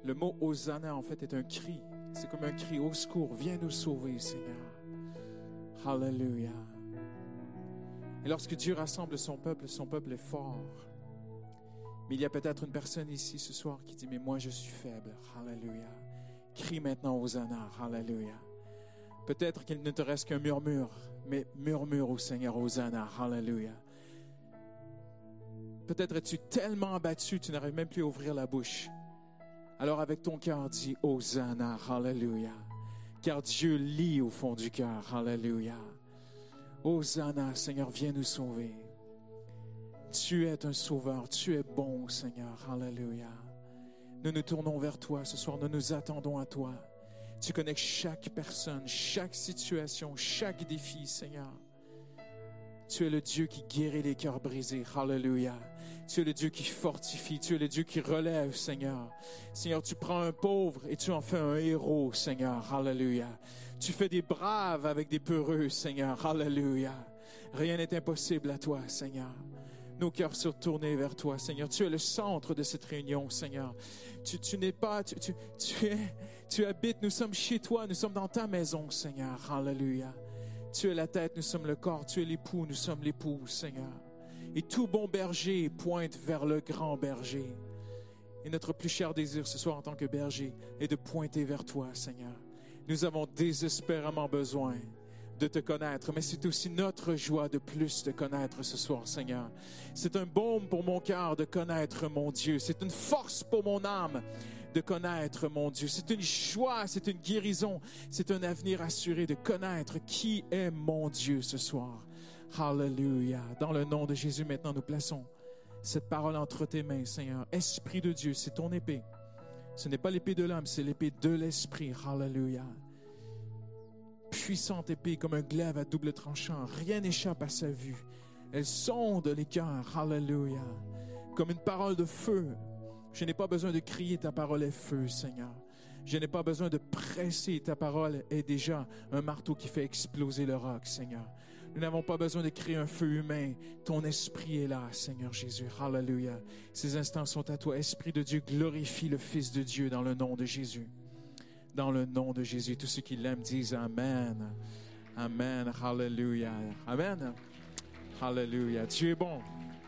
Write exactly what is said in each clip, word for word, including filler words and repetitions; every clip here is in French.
Le mot Hosanna, en fait, est un cri. C'est comme un cri au secours. Viens nous sauver, Seigneur. Alléluia. Et lorsque Dieu rassemble son peuple, son peuple est fort. Mais il y a peut-être une personne ici ce soir qui dit, mais moi je suis faible. Alléluia. Crie maintenant Hosanna. Alléluia. Peut-être qu'il ne te reste qu'un murmure, mais murmure au Seigneur Hosanna. Alléluia. Peut-être es-tu tellement abattu, tu n'arrives même plus à ouvrir la bouche. Alors avec ton cœur, dis Hosanna, Alléluia. Car Dieu lit au fond du cœur, Alléluia. Hosanna, Seigneur, viens nous sauver. Tu es un sauveur, tu es bon, Seigneur, Alléluia. Nous nous tournons vers toi ce soir, nous nous attendons à toi. Tu connais chaque personne, chaque situation, chaque défi, Seigneur. Tu es le Dieu qui guérit les cœurs brisés. Alléluia. Tu es le Dieu qui fortifie. Tu es le Dieu qui relève, Seigneur. Seigneur, tu prends un pauvre et tu en fais un héros, Seigneur. Alléluia. Tu fais des braves avec des peureux, Seigneur. Alléluia. Rien n'est impossible à toi, Seigneur. Nos cœurs sont tournés vers toi, Seigneur. Tu es le centre de cette réunion, Seigneur. Tu, tu n'es pas, tu, tu, tu, es, tu habites, nous sommes chez toi, nous sommes dans ta maison, Seigneur. Alléluia. Tu es la tête, nous sommes le corps. Tu es l'époux, nous sommes l'épouse, Seigneur. Et tout bon berger pointe vers le grand berger. Et notre plus cher désir ce soir en tant que berger est de pointer vers toi, Seigneur. Nous avons désespérément besoin de te connaître, mais c'est aussi notre joie de plus te connaître ce soir, Seigneur. C'est un baume pour mon cœur de connaître mon Dieu. C'est une force pour mon âme de connaître mon Dieu. C'est une joie, c'est une guérison, c'est un avenir assuré de connaître qui est mon Dieu ce soir. Alléluia. Dans le nom de Jésus, maintenant, nous plaçons cette parole entre tes mains, Seigneur. Esprit de Dieu, c'est ton épée. Ce n'est pas l'épée de l'homme, c'est l'épée de l'Esprit. Alléluia. Puissante épée comme un glaive à double tranchant. Rien n'échappe à sa vue. Elle sonde les cœurs. Alléluia. Comme une parole de feu. Je n'ai pas besoin de crier, ta parole est feu, Seigneur. Je n'ai pas besoin de presser, ta parole est déjà un marteau qui fait exploser le roc, Seigneur. Nous n'avons pas besoin de créer un feu humain. Ton esprit est là, Seigneur Jésus. Alléluia. Ces instants sont à toi. Esprit de Dieu, glorifie le Fils de Dieu dans le nom de Jésus. Dans le nom de Jésus. Tous ceux qui l'aiment disent Amen. Amen. Alléluia. Amen. Alléluia. Dieu est bon.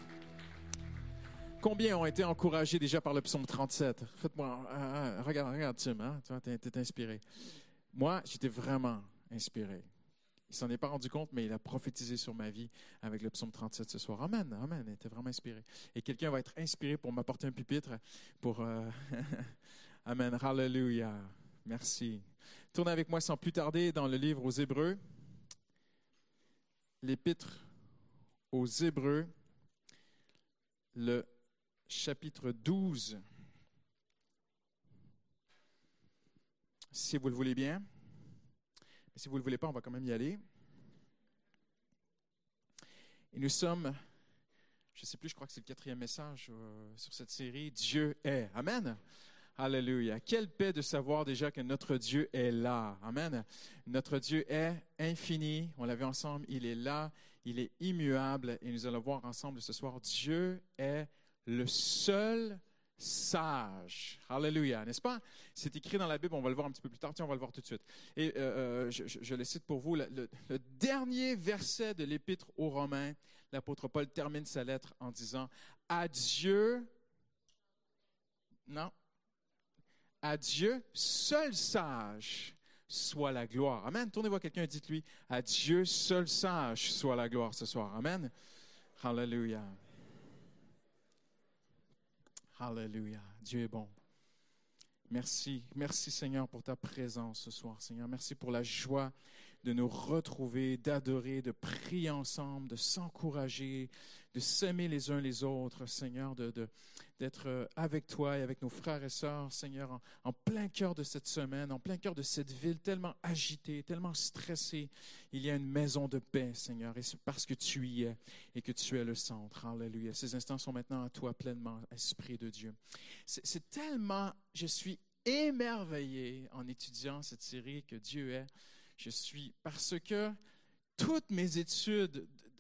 Combien ont été encouragés déjà par le psaume trente-sept? Faites-moi, euh, regarde, regarde Tim, hein? Tu vois, t'es, t'es inspiré. Moi, j'étais vraiment inspiré. Il ne s'en est pas rendu compte, mais il a prophétisé sur ma vie avec le psaume trente-sept ce soir. Amen, amen, il était vraiment inspiré. Et quelqu'un va être inspiré pour m'apporter un pupitre pour... Euh... Amen, hallelujah. Merci. Tournez avec moi sans plus tarder dans le livre aux Hébreux. L'épître aux Hébreux, le chapitre douze. Si vous le voulez bien. Mais si vous ne le voulez pas, on va quand même y aller. Et nous sommes, je ne sais plus, je crois que c'est le quatrième message euh, sur cette série, Dieu est. Amen. Alléluia. Quelle paix de savoir déjà que notre Dieu est là. Amen. Notre Dieu est infini. On l'a vu ensemble. Il est là. Il est immuable. Et nous allons voir ensemble ce soir. Dieu est le seul sage. Alléluia. N'est-ce pas? C'est écrit dans la Bible. On va le voir un petit peu plus tard. Tiens, on va le voir tout de suite. Et euh, je, je, je le cite pour vous. Le, le, le dernier verset de l'Épître aux Romains, l'apôtre Paul termine sa lettre en disant « À Dieu... » Non. À Dieu, seul sage, soit la gloire. Amen. Tournez voir quelqu'un et dites-lui, à Dieu, seul sage, soit la gloire ce soir. Amen. Alléluia. Alléluia. Dieu est bon. Merci. Merci Seigneur pour ta présence ce soir, Seigneur. Merci pour la joie de nous retrouver, d'adorer, de prier ensemble, de s'encourager, de s'aimer les uns les autres, Seigneur, de, de, d'être avec toi et avec nos frères et sœurs, Seigneur, en, en plein cœur de cette semaine, en plein cœur de cette ville tellement agitée, tellement stressée. Il y a une maison de paix, Seigneur, et c'est parce que tu y es et que tu es le centre. Alléluia. Ces instants sont maintenant à toi pleinement, Esprit de Dieu. C'est, c'est tellement, je suis émerveillé en étudiant cette série que Dieu est. Je suis, parce que toutes mes études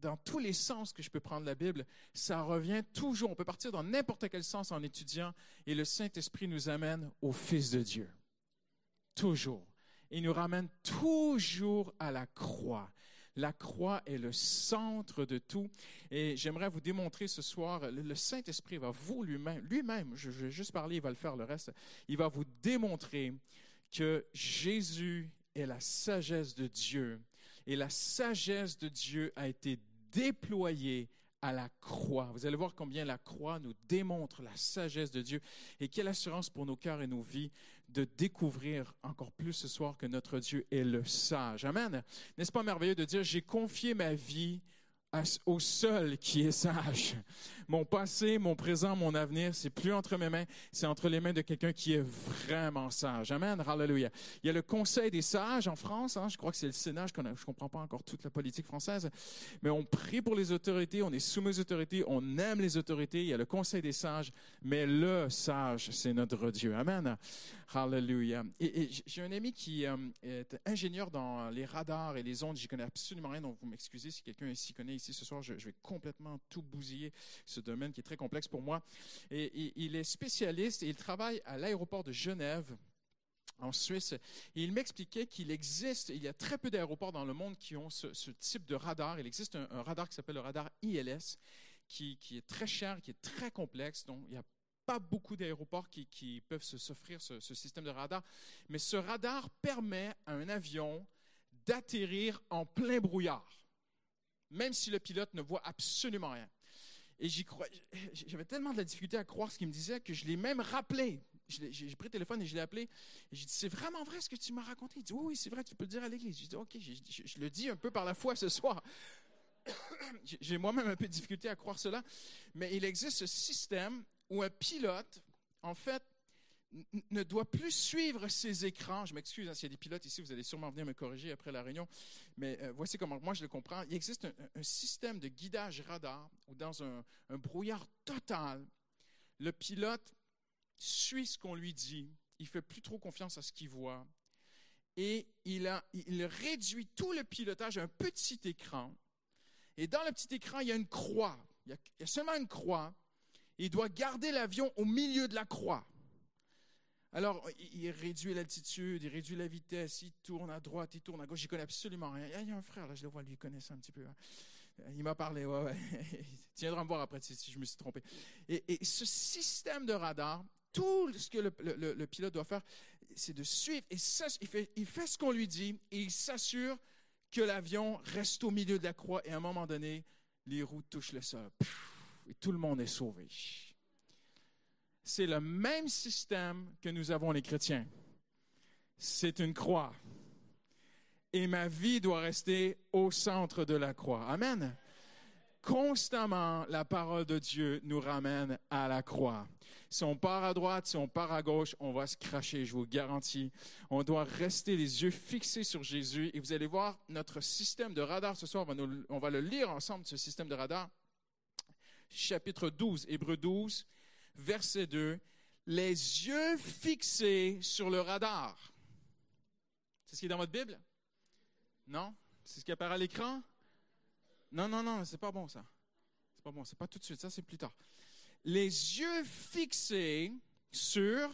dans tous les sens que je peux prendre la Bible, ça revient toujours. On peut partir dans n'importe quel sens en étudiant et le Saint-Esprit nous amène au Fils de Dieu. Toujours. Il nous ramène toujours à la croix. La croix est le centre de tout. Et j'aimerais vous démontrer ce soir, le Saint-Esprit va vous lui-même, lui-même, je vais juste parler, il va le faire le reste, il va vous démontrer que Jésus est la sagesse de Dieu. Et la sagesse de Dieu a été déployée à la croix. Vous allez voir combien la croix nous démontre la sagesse de Dieu. Et quelle assurance pour nos cœurs et nos vies de découvrir encore plus ce soir que notre Dieu est le sage. Amen. N'est-ce pas merveilleux de dire, j'ai confié ma vie à, au seul qui est sage. Mon passé, mon présent, mon avenir, c'est plus entre mes mains, c'est entre les mains de quelqu'un qui est vraiment sage. Amen. Hallelujah. Il y a le Conseil des sages en France. Hein, je crois que c'est le Sénat. Je ne comprends pas encore toute la politique française. Mais on prie pour les autorités. On est soumis aux autorités. On aime les autorités. Il y a le Conseil des sages. Mais le sage, c'est notre Dieu. Amen. Hallelujah. Et, et j'ai un ami qui euh, est ingénieur dans les radars et les ondes. J'y connais absolument rien. Donc, vous m'excusez si quelqu'un s'y connaît ici ce soir. Je, je vais complètement tout bousiller. Ce domaine qui est très complexe pour moi. Et, et il est spécialiste et il travaille à l'aéroport de Genève, en Suisse. Et il m'expliquait qu'il existe, il y a très peu d'aéroports dans le monde qui ont ce, ce type de radar. Il existe un, un radar qui s'appelle le radar I L S, qui, qui est très cher, qui est très complexe. Donc, il n'y a pas beaucoup d'aéroports qui, qui peuvent se, s'offrir ce, ce système de radar. Mais ce radar permet à un avion d'atterrir en plein brouillard, même si le pilote ne voit absolument rien. Et j'y crois, j'avais tellement de la difficulté à croire ce qu'il me disait que je l'ai même rappelé. J'ai, j'ai pris le téléphone et je l'ai appelé. Et j'ai dit, c'est vraiment vrai ce que tu m'as raconté? Il dit, oui, oui, c'est vrai, tu peux le dire à l'église. J'ai dit, OK, je, je, je le dis un peu par la foi ce soir. J'ai moi-même un peu de difficulté à croire cela. Mais il existe ce système où un pilote, en fait, ne doit plus suivre ses écrans. Je m'excuse, hein, s'il y a des pilotes ici, vous allez sûrement venir me corriger après la réunion. Mais euh, voici comment moi je le comprends. Il existe un, un système de guidage radar où dans un, un brouillard total, le pilote suit ce qu'on lui dit. Il ne fait plus trop confiance à ce qu'il voit. Et il, a, il réduit tout le pilotage à un petit écran. Et dans le petit écran, il y a une croix. Il y a, il y a seulement une croix. Et il doit garder l'avion au milieu de la croix. Alors, il réduit l'altitude, il réduit la vitesse, il tourne à droite, il tourne à gauche. Je ne connais absolument rien. Il y a un frère, là, je le vois, lui, il connaît ça un petit peu. Il m'a parlé, ouais, ouais. Tu viendras me voir après si, si je me suis trompé. Et, et ce système de radar, tout ce que le, le, le pilote doit faire, c'est de suivre. Et ça, il, fait, il fait ce qu'on lui dit et il s'assure que l'avion reste au milieu de la croix. Et à un moment donné, les roues touchent le sol. Et tout le monde est sauvé. C'est le même système que nous avons les chrétiens. C'est une croix. Et ma vie doit rester au centre de la croix. Amen. Constamment, la parole de Dieu nous ramène à la croix. Si on part à droite, si on part à gauche, on va se cracher, je vous le garantis. On doit rester les yeux fixés sur Jésus. Et vous allez voir, notre système de radar ce soir, on va, nous, on va le lire ensemble, ce système de radar. Chapitre douze, Hébreux douze. Verset deux, les yeux fixés sur le radar. C'est ce qui est dans votre Bible? Non? C'est ce qui apparaît à l'écran? Non, non, non, c'est pas bon ça. C'est pas bon, c'est pas tout de suite, ça c'est plus tard. Les yeux fixés sur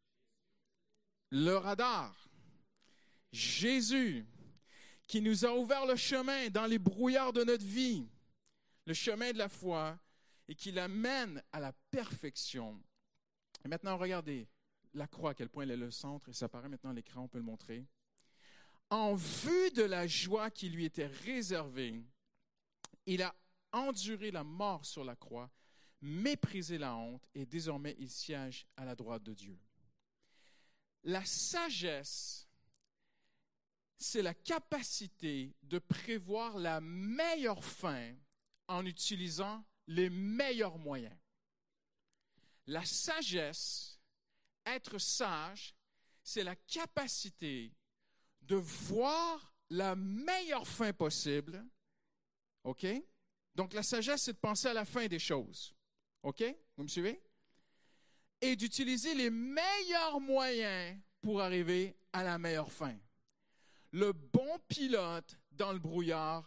le radar. Jésus, qui nous a ouvert le chemin dans les brouillards de notre vie, le chemin de la foi, et qui l'amène à la perfection. Et maintenant, regardez la croix, à quel point elle est le centre, et ça apparaît maintenant à l'écran, on peut le montrer. En vue de la joie qui lui était réservée, il a enduré la mort sur la croix, méprisé la honte, et désormais il siège à la droite de Dieu. La sagesse, c'est la capacité de prévoir la meilleure fin en utilisant les meilleurs moyens. La sagesse, être sage, c'est la capacité de voir la meilleure fin possible. OK? Donc, la sagesse, c'est de penser à la fin des choses. OK? Vous me suivez? Et d'utiliser les meilleurs moyens pour arriver à la meilleure fin. Le bon pilote dans le brouillard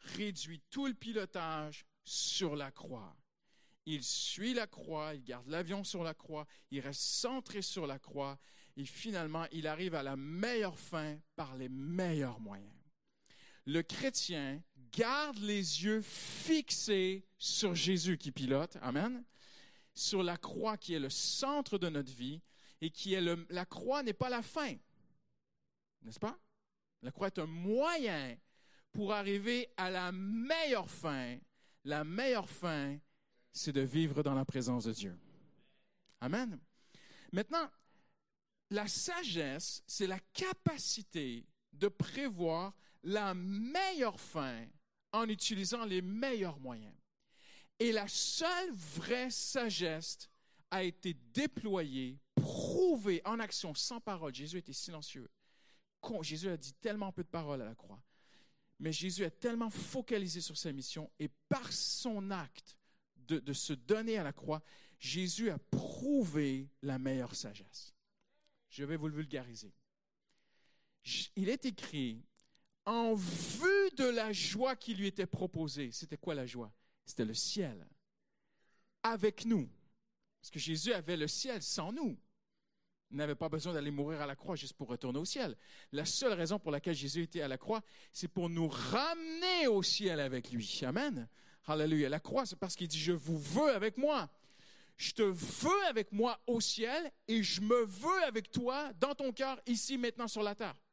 réduit tout le pilotage sur la croix. Il suit la croix, il garde l'avion sur la croix, il reste centré sur la croix et finalement, il arrive à la meilleure fin par les meilleurs moyens. Le chrétien garde les yeux fixés sur Jésus qui pilote, amen, sur la croix qui est le centre de notre vie et qui est le, la croix n'est pas la fin, n'est-ce pas? La croix est un moyen pour arriver à la meilleure fin. La meilleure fin, c'est de vivre dans la présence de Dieu. Amen. Maintenant, la sagesse, c'est la capacité de prévoir la meilleure fin en utilisant les meilleurs moyens. Et la seule vraie sagesse a été déployée, prouvée en action, sans parole. Jésus était silencieux. Jésus a dit tellement peu de paroles à la croix. Mais Jésus est tellement focalisé sur sa mission et par son acte de, de se donner à la croix, Jésus a prouvé la meilleure sagesse. Je vais vous le vulgariser. Il est écrit, en vue de la joie qui lui était proposée. C'était quoi la joie? C'était le ciel. Avec nous. Parce que Jésus avait le ciel sans nous. Il n'avait pas besoin d'aller mourir à la croix juste pour retourner au ciel. La seule raison pour laquelle Jésus était à la croix, c'est pour nous ramener au ciel avec lui. Amen. Alléluia. La croix, c'est parce qu'il dit, je vous veux avec moi. Je te veux avec moi au ciel et je me veux avec toi dans ton cœur, ici, maintenant, sur la terre.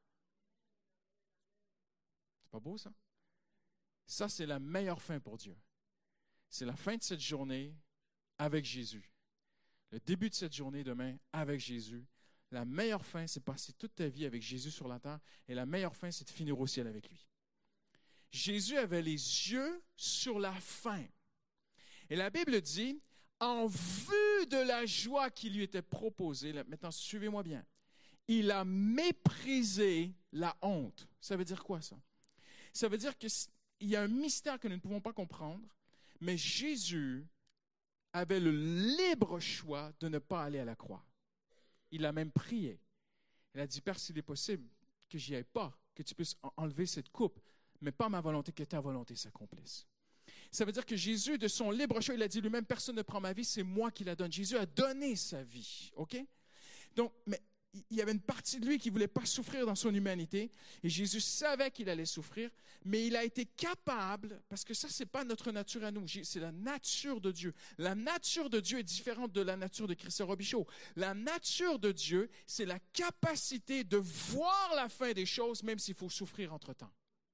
C'est pas beau, ça? Ça, c'est la meilleure fin pour Dieu. C'est la fin de cette journée avec Jésus. Le début de cette journée demain avec Jésus. La meilleure fin, c'est passer toute ta vie avec Jésus sur la terre. Et la meilleure fin, c'est de finir au ciel avec lui. Jésus avait les yeux sur la fin. Et la Bible dit, en vue de la joie qui lui était proposée, là, maintenant suivez-moi bien, il a méprisé la honte. Ça veut dire quoi ça? Ça veut dire qu'il y a un mystère que nous ne pouvons pas comprendre, mais Jésus avait le libre choix de ne pas aller à la croix. Il a même prié. Il a dit, Père, s'il est possible que j'y aille pas, que tu puisses enlever cette coupe, mais pas ma volonté, que ta volonté s'accomplisse. Ça veut dire que Jésus, de son libre choix, il a dit lui-même, personne ne prend ma vie, c'est moi qui la donne. Jésus a donné sa vie, OK? Donc, mais il y avait une partie de lui qui ne voulait pas souffrir dans son humanité, et Jésus savait qu'il allait souffrir, mais il a été capable, parce que ça, ce n'est pas notre nature à nous, c'est la nature de Dieu. La nature de Dieu est différente de la nature de Christian Robichaud. La nature de Dieu, c'est la capacité de voir la fin des choses, même s'il faut souffrir entre-temps.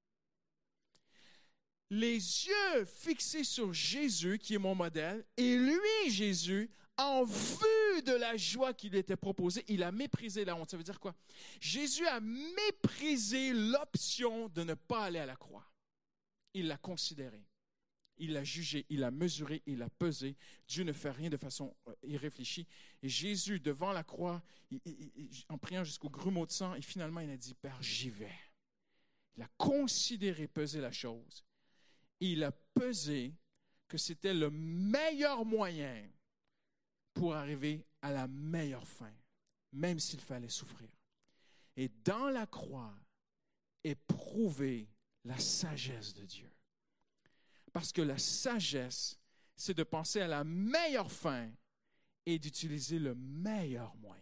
Les yeux fixés sur Jésus, qui est mon modèle, et lui, Jésus, en vue de la joie qui lui était proposée, il a méprisé la honte. Ça veut dire quoi? Jésus a méprisé l'option de ne pas aller à la croix. Il l'a considéré. Il l'a jugé, il l'a mesuré, il l'a pesé. Dieu ne fait rien de façon irréfléchie. Et Jésus, devant la croix, il, il, il, en priant jusqu'au grumeau de sang, et finalement, il a dit, Père, j'y vais. Il a considéré, pesé la chose. Et il a pesé que c'était le meilleur moyen pour arriver à la meilleure fin, même s'il fallait souffrir. Et dans la croix est prouvée la sagesse de Dieu. Parce que la sagesse, c'est de penser à la meilleure fin et d'utiliser le meilleur moyen.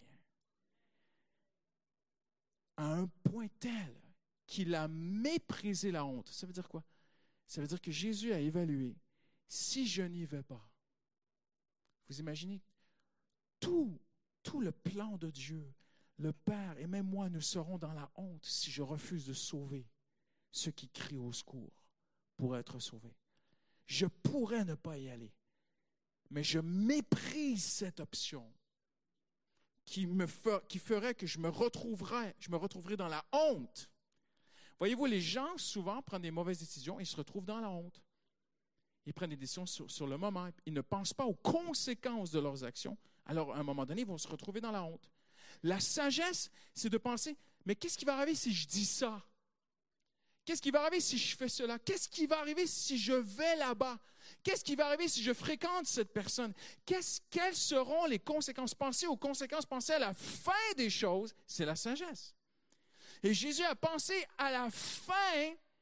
À un point tel qu'il a méprisé la honte. Ça veut dire quoi? Ça veut dire que Jésus a évalué, si je n'y vais pas, vous imaginez, tout, tout le plan de Dieu, le Père et même moi, nous serons dans la honte si je refuse de sauver ceux qui crient au secours pour être sauvés. Je pourrais ne pas y aller, mais je méprise cette option qui, me fer, qui ferait que je me retrouverais, je me retrouverais dans la honte. Voyez-vous, les gens souvent prennent des mauvaises décisions et ils se retrouvent dans la honte. Ils prennent des décisions sur, sur le moment. Ils ne pensent pas aux conséquences de leurs actions. Alors, à un moment donné, ils vont se retrouver dans la honte. La sagesse, c'est de penser, mais qu'est-ce qui va arriver si je dis ça? Qu'est-ce qui va arriver si je fais cela? Qu'est-ce qui va arriver si je vais là-bas? Qu'est-ce qui va arriver si je fréquente cette personne? Qu'est-ce, quelles seront les conséquences? Pensez aux conséquences, pensez à la fin des choses, c'est la sagesse. Et Jésus a pensé à la fin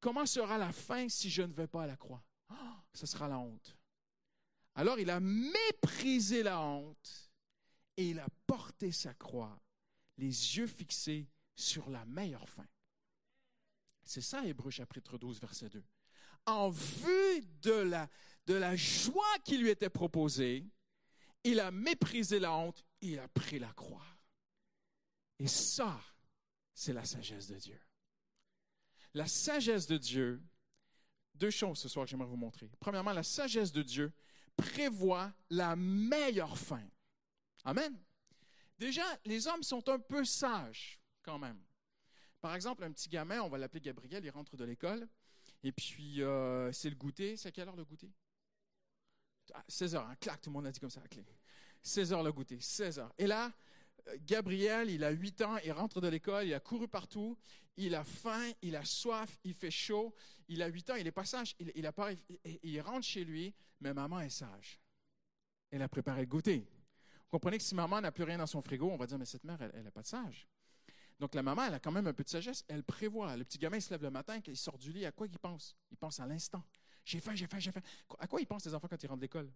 comment sera la fin si je ne vais pas à la croix? Oh, ce sera la honte. Alors il a méprisé la honte et il a porté sa croix, les yeux fixés sur la meilleure fin. C'est ça, Hébreux chapitre douze, verset deux. En vue de la, de la joie qui lui était proposée, il a méprisé la honte et il a pris la croix. Et ça, c'est la sagesse de Dieu. La sagesse de Dieu, deux choses ce soir que j'aimerais vous montrer. Premièrement, la sagesse de Dieu prévoit la meilleure fin. Amen. Déjà, les hommes sont un peu sages quand même. Par exemple, un petit gamin, on va l'appeler Gabriel, il rentre de l'école, et puis euh, c'est le goûter. C'est à quelle heure le goûter? Ah, seize heures, hein, clac, tout le monde a dit comme ça, clac. seize heures le goûter, seize heures. Et là, Gabriel, il a huit ans, il rentre de l'école, il a couru partout, il a faim, il a soif, il fait chaud, il a huit ans, il est pas sage, il, il, a pas, il, il rentre chez lui, mais maman est sage. Elle a préparé le goûter. Vous comprenez que si maman n'a plus rien dans son frigo, on va dire, mais cette mère, elle n'est pas de sage. Donc la maman, elle a quand même un peu de sagesse, elle prévoit. Le petit gamin, il se lève le matin, il sort du lit, à quoi il pense? Il pense à l'instant. J'ai faim, j'ai faim, j'ai faim. À quoi ils pensent les enfants quand ils rentrent de l'école?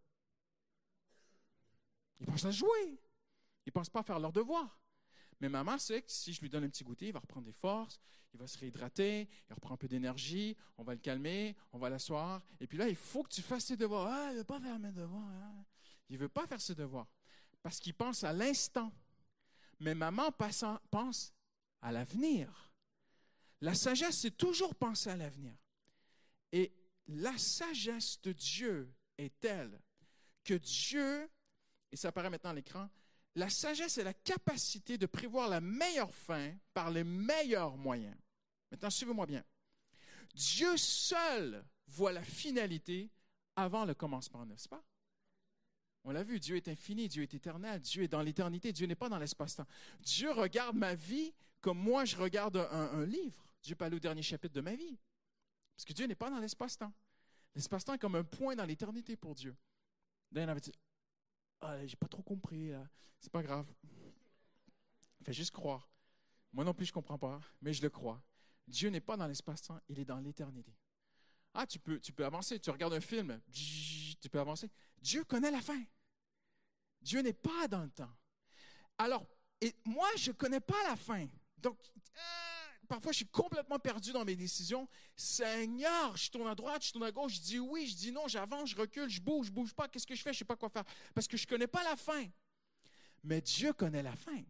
Ils pensent à jouer. Ils ne pensent pas à faire leurs devoirs. Mais maman sait que si je lui donne un petit goûter, il va reprendre des forces, il va se réhydrater, il reprend un peu d'énergie, on va le calmer, on va l'asseoir. Et puis là, il faut que tu fasses tes devoirs. Ah, il ne veut pas faire mes devoirs. Hein. Il ne veut pas faire ses devoirs. Parce qu'il pense à l'instant. Mais maman passant, pense à l'avenir. La sagesse, c'est toujours penser à l'avenir. Et la sagesse de Dieu est telle que Dieu, et ça apparaît maintenant à l'écran, la sagesse est la capacité de prévoir la meilleure fin par les meilleurs moyens. Maintenant, suivez-moi bien. Dieu seul voit la finalité avant le commencement, n'est-ce pas? On l'a vu, Dieu est infini, Dieu est éternel, Dieu est dans l'éternité, Dieu n'est pas dans l'espace-temps. Dieu regarde ma vie comme moi je regarde un, un livre. Dieu peut aller au dernier chapitre de ma vie. Parce que Dieu n'est pas dans l'espace-temps. L'espace-temps est comme un point dans l'éternité pour Dieu. D'ailleurs, on avait dit, ah, j'ai pas trop compris, là. C'est pas grave. Fais juste croire. Moi non plus, je comprends pas, mais je le crois. Dieu n'est pas dans l'espace-temps, il est dans l'éternité. Ah, tu peux, tu peux avancer, tu regardes un film, tu peux avancer. Dieu connaît la fin. Dieu n'est pas dans le temps. Alors, et moi, je ne connais pas la fin. Donc, euh, parfois, je suis complètement perdu dans mes décisions. Seigneur, je tourne à droite, je tourne à gauche, je dis oui, je dis non, j'avance, je recule, je bouge, je ne bouge pas. Qu'est-ce que je fais? Je ne sais pas quoi faire. Parce que je ne connais pas la fin. Mais Dieu connaît la fin.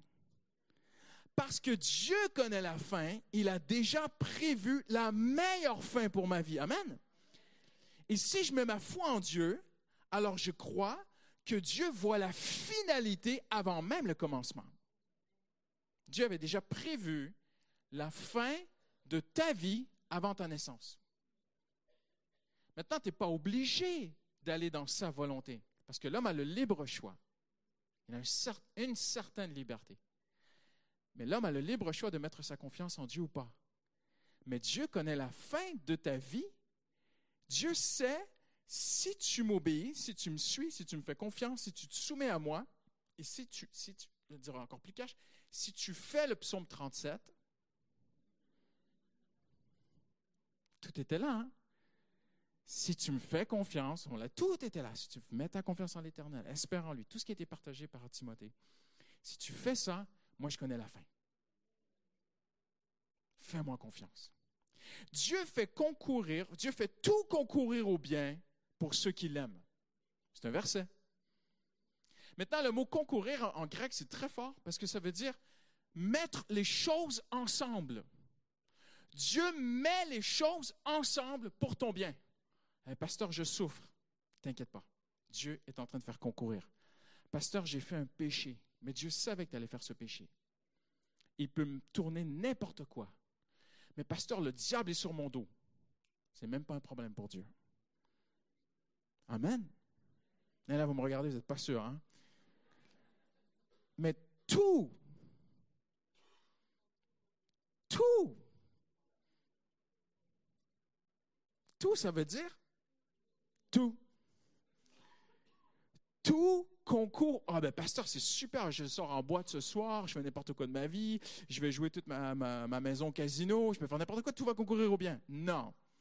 Parce que Dieu connaît la fin, il a déjà prévu la meilleure fin pour ma vie. Amen. Et si je mets ma foi en Dieu, alors je crois que Dieu voit la finalité avant même le commencement. Dieu avait déjà prévu la fin de ta vie avant ta naissance. Maintenant, tu n'es pas obligé d'aller dans sa volonté, parce que l'homme a le libre choix. Il a une certaine liberté. Mais l'homme a le libre choix de mettre sa confiance en Dieu ou pas. Mais Dieu connaît la fin de ta vie. Dieu sait, si tu m'obéis, si tu me suis, si tu me fais confiance, si tu te soumets à moi, et si tu, si tu je vais dire encore plus cash, si tu fais le psaume trente-sept, tout était là, hein? Si tu me fais confiance, on l'a, tout était là. Si tu mets ta confiance en l'Éternel, espère en lui, tout ce qui a été partagé par Timothée. Si tu fais ça, moi, je connais la fin. Fais-moi confiance. Dieu fait concourir, Dieu fait tout concourir au bien pour ceux qui l'aiment. C'est un verset. Maintenant, le mot concourir en, en grec, c'est très fort parce que ça veut dire mettre les choses ensemble. Dieu met les choses ensemble pour ton bien. Hey, pasteur, je souffre. T'inquiète pas. Dieu est en train de faire concourir. Pasteur, j'ai fait un péché. Mais Dieu savait que tu allais faire ce péché. Il peut me tourner n'importe quoi. Mais pasteur, le diable est sur mon dos. Ce n'est même pas un problème pour Dieu. Amen. Et là, vous me regardez, vous n'êtes pas sûr. Hein? Mais tout, tout, tout, ça veut dire tout. Tout concours. Ah ben pasteur, c'est super, je sors en boîte ce soir, je fais n'importe quoi de ma vie, je vais jouer toute ma, ma, ma maison au casino, je peux faire n'importe quoi, tout va concourir au bien. Non.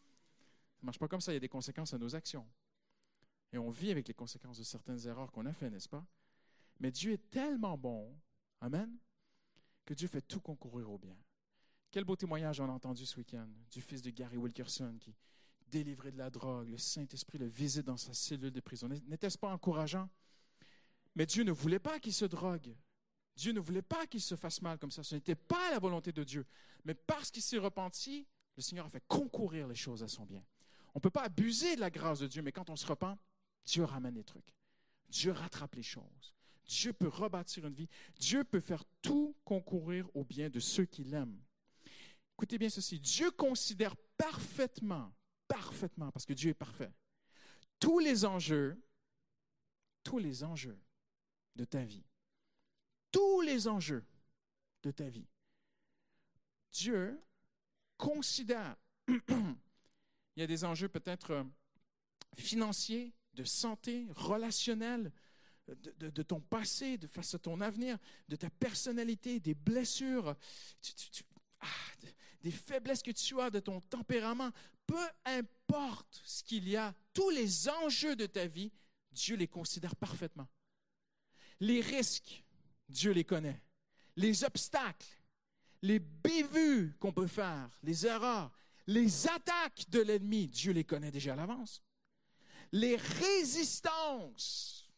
Ça ne marche pas comme ça, il y a des conséquences à nos actions. Et on vit avec les conséquences de certaines erreurs qu'on a faites, n'est-ce pas? Mais Dieu est tellement bon, amen, que Dieu fait tout concourir au bien. Quel beau témoignage on a entendu ce week-end du fils de Gary Wilkerson qui, délivré de la drogue, le Saint-Esprit le visite dans sa cellule de prison. N'était-ce pas encourageant? Mais Dieu ne voulait pas qu'il se drogue. Dieu ne voulait pas qu'il se fasse mal comme ça. Ce n'était pas la volonté de Dieu. Mais parce qu'il s'est repenti, le Seigneur a fait concourir les choses à son bien. On ne peut pas abuser de la grâce de Dieu, mais quand on se repent, Dieu ramène les trucs. Dieu rattrape les choses. Dieu peut rebâtir une vie. Dieu peut faire tout concourir au bien de ceux qui l'aiment. Écoutez bien ceci. Dieu considère parfaitement, parfaitement, parce que Dieu est parfait, tous les enjeux, tous les enjeux de ta vie. Tous les enjeux de ta vie. Dieu considère, il y a des enjeux peut-être financiers, de santé, relationnels, de, de, de ton passé, de face à ton avenir, de ta personnalité, des blessures, tu, tu, tu, ah, des faiblesses que tu as, de ton tempérament. Peu importe ce qu'il y a, tous les enjeux de ta vie, Dieu les considère parfaitement. Les risques, Dieu les connaît. Les obstacles, les bévues qu'on peut faire, les erreurs, les attaques de l'ennemi, Dieu les connaît déjà à l'avance. Les résistances.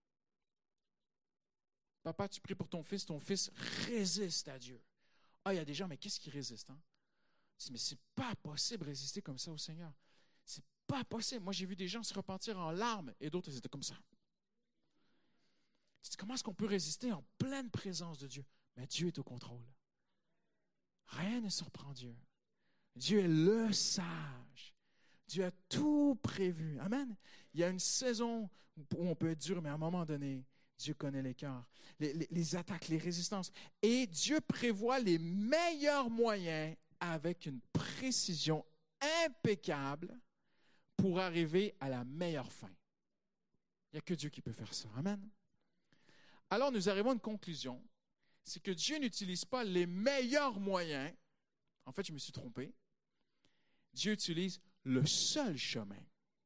Papa, tu pries pour ton fils, ton fils résiste à Dieu. Ah, il y a des gens, mais qu'est-ce qui résiste? Hein? Mais c'est pas possible de résister comme ça au Seigneur. C'est pas possible. Moi, j'ai vu des gens se repentir en larmes et d'autres, ils étaient comme ça. Comment est-ce qu'on peut résister en pleine présence de Dieu? Mais Dieu est au contrôle. Rien ne surprend Dieu. Dieu est le sage. Dieu a tout prévu. Amen. Il y a une saison où on peut être dur, mais à un moment donné, Dieu connaît les cœurs, les, les, les attaques, les résistances. Et Dieu prévoit les meilleurs moyens avec une précision impeccable pour arriver à la meilleure fin. Il n'y a que Dieu qui peut faire ça. Amen. Alors, nous arrivons à une conclusion. C'est que Dieu n'utilise pas les meilleurs moyens. En fait, je me suis trompé. Dieu utilise le seul chemin.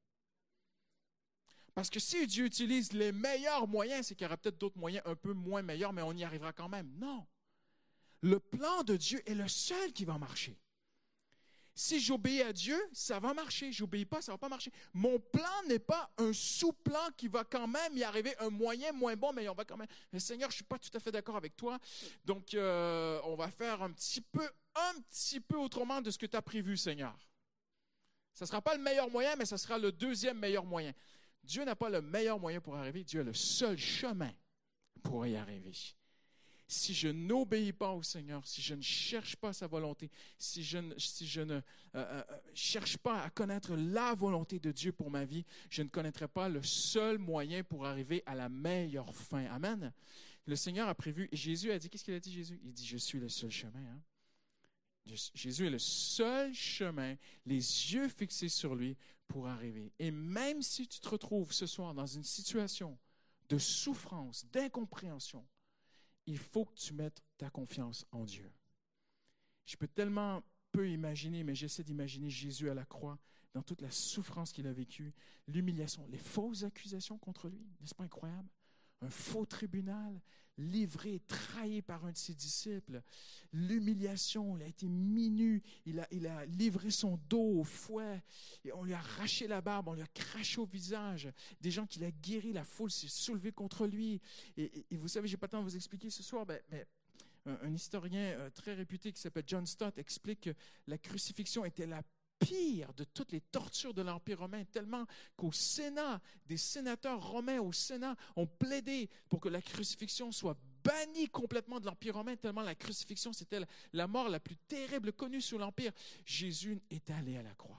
Parce que si Dieu utilise les meilleurs moyens, c'est qu'il y aura peut-être d'autres moyens un peu moins meilleurs, mais on y arrivera quand même. Non. Le plan de Dieu est le seul qui va marcher. Si j'obéis à Dieu, ça va marcher. Je n'obéis pas, ça ne va pas marcher. Mon plan n'est pas un sous-plan qui va quand même y arriver, un moyen moins bon, mais on va quand même... Mais Seigneur, je ne suis pas tout à fait d'accord avec toi. Donc, euh, on va faire un petit peu, un petit peu autrement de ce que tu as prévu, Seigneur. Ça ne sera pas le meilleur moyen, mais ça sera le deuxième meilleur moyen. Dieu n'a pas le meilleur moyen pour arriver. Dieu a le seul chemin pour y arriver. Si je n'obéis pas au Seigneur, si je ne cherche pas sa volonté, si je ne, si je ne euh, euh, cherche pas à connaître la volonté de Dieu pour ma vie, je ne connaîtrai pas le seul moyen pour arriver à la meilleure fin. Amen. Le Seigneur a prévu, et Jésus a dit, qu'est-ce qu'il a dit Jésus? Il dit, je suis le seul chemin. Hein? Jésus est le seul chemin, les yeux fixés sur lui pour arriver. Et même si tu te retrouves ce soir dans une situation de souffrance, d'incompréhension, il faut que tu mettes ta confiance en Dieu. Je peux tellement peu imaginer, mais j'essaie d'imaginer Jésus à la croix, dans toute la souffrance qu'il a vécue, l'humiliation, les fausses accusations contre lui. N'est-ce pas incroyable? Un faux tribunal, livré, trahi par un de ses disciples. L'humiliation, il a été mis nu, il a, il a livré son dos au fouet, et on lui a arraché la barbe, on lui a craché au visage. Des gens qu'il a guéris, la foule s'est soulevée contre lui. Et, et, et vous savez, je n'ai pas le temps de vous expliquer ce soir, mais, mais un, un historien très réputé qui s'appelle John Stott explique que la crucifixion était la pire de toutes les tortures de l'Empire romain, tellement qu'au Sénat, des sénateurs romains au Sénat ont plaidé pour que la crucifixion soit bannie complètement de l'Empire romain, tellement la crucifixion, c'était la, la mort la plus terrible connue sous l'Empire. Jésus est allé à la croix.